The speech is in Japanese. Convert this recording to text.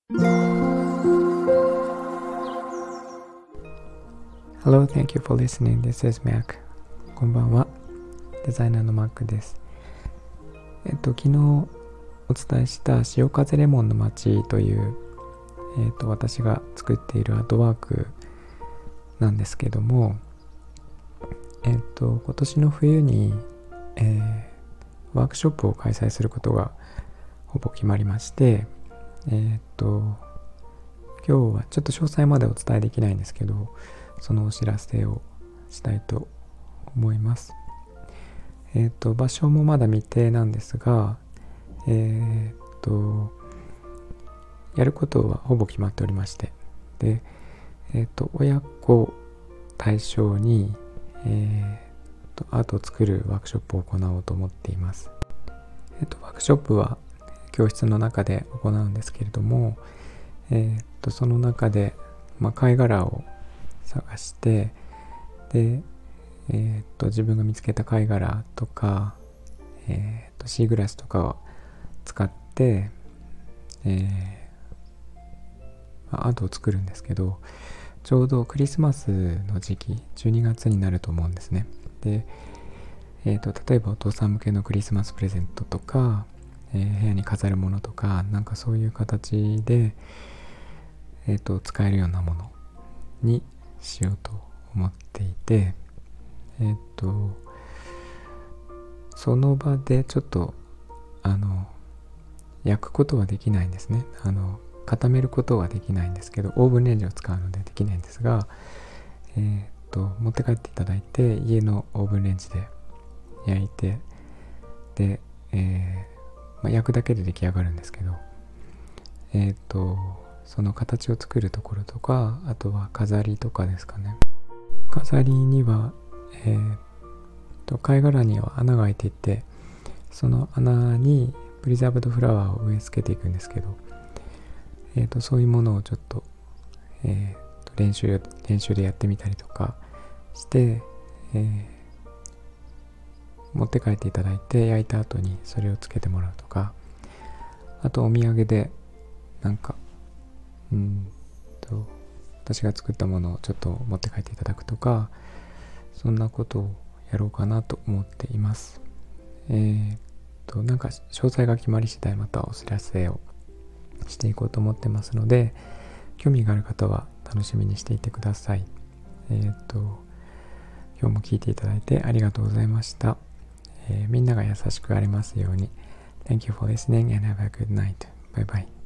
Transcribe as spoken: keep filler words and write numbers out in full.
Hello, thank you for listening. This is Mac. こんばんは。デザイナーの Mac です。えっと、昨日お伝えした潮風レモンの街という、えっと、私が作っているアートワークなんですけども、えっと、今年の冬に、えー、ワークショップを開催することがほぼ決まりまして、えっと、今日はちょっと詳細までお伝えできないんですけど、そのお知らせをしたいと思います。えっと、場所もまだ未定なんですが、えっと、やることはほぼ決まっておりまして、で、えっと、親子対象に、えっと、アートを作るワークショップを行おうと思っています。えっと、ワークショップは教室の中で行うんですけれども、えっと、その中で、まあ、貝殻を探して、で、えー、っと自分が見つけた貝殻とか、えー、っとシーグラスとかを使って、えーまあ、アートを作るんですけど、ちょうどクリスマスの時期、じゅうにがつになると思うんですね。で、えー、っと例えばお父さん向けのクリスマスプレゼントとか、えー、部屋に飾るものとか、なんかそういう形で、えー、っと使えるようなものにしようと思っていて、えっとその場でちょっとあの焼くことはできないんですね。あの固めることはできないんですけど、オーブンレンジを使うのでできないんですが、えっと持って帰っていただいて、家のオーブンレンジで焼いて、で、えーまあ、焼くだけで出来上がるんですけど、えっとその形を作るところとか、あとは飾りとかですかね。飾りには、えー、と貝殻には穴が開いていて、その穴にプリザーブドフラワーを植え付けていくんですけど、えー、とそういうものをちょっと、えー、と練習練習でやってみたりとかして、えー、持って帰っていただいて、焼いた後にそれをつけてもらうとか、あとお土産でなんかうんと私が作ったものをちょっと持って帰っていただくとか、そんなことをやろうかなと思っています。えー、っとなんか詳細が決まり次第またお知らせをしていこうと思ってますので、興味がある方は楽しみにしていてください。えー、っと今日も聞いていただいてありがとうございました。えー、みんなが優しくありますように。Thank you for listening and have a good night. Bye bye.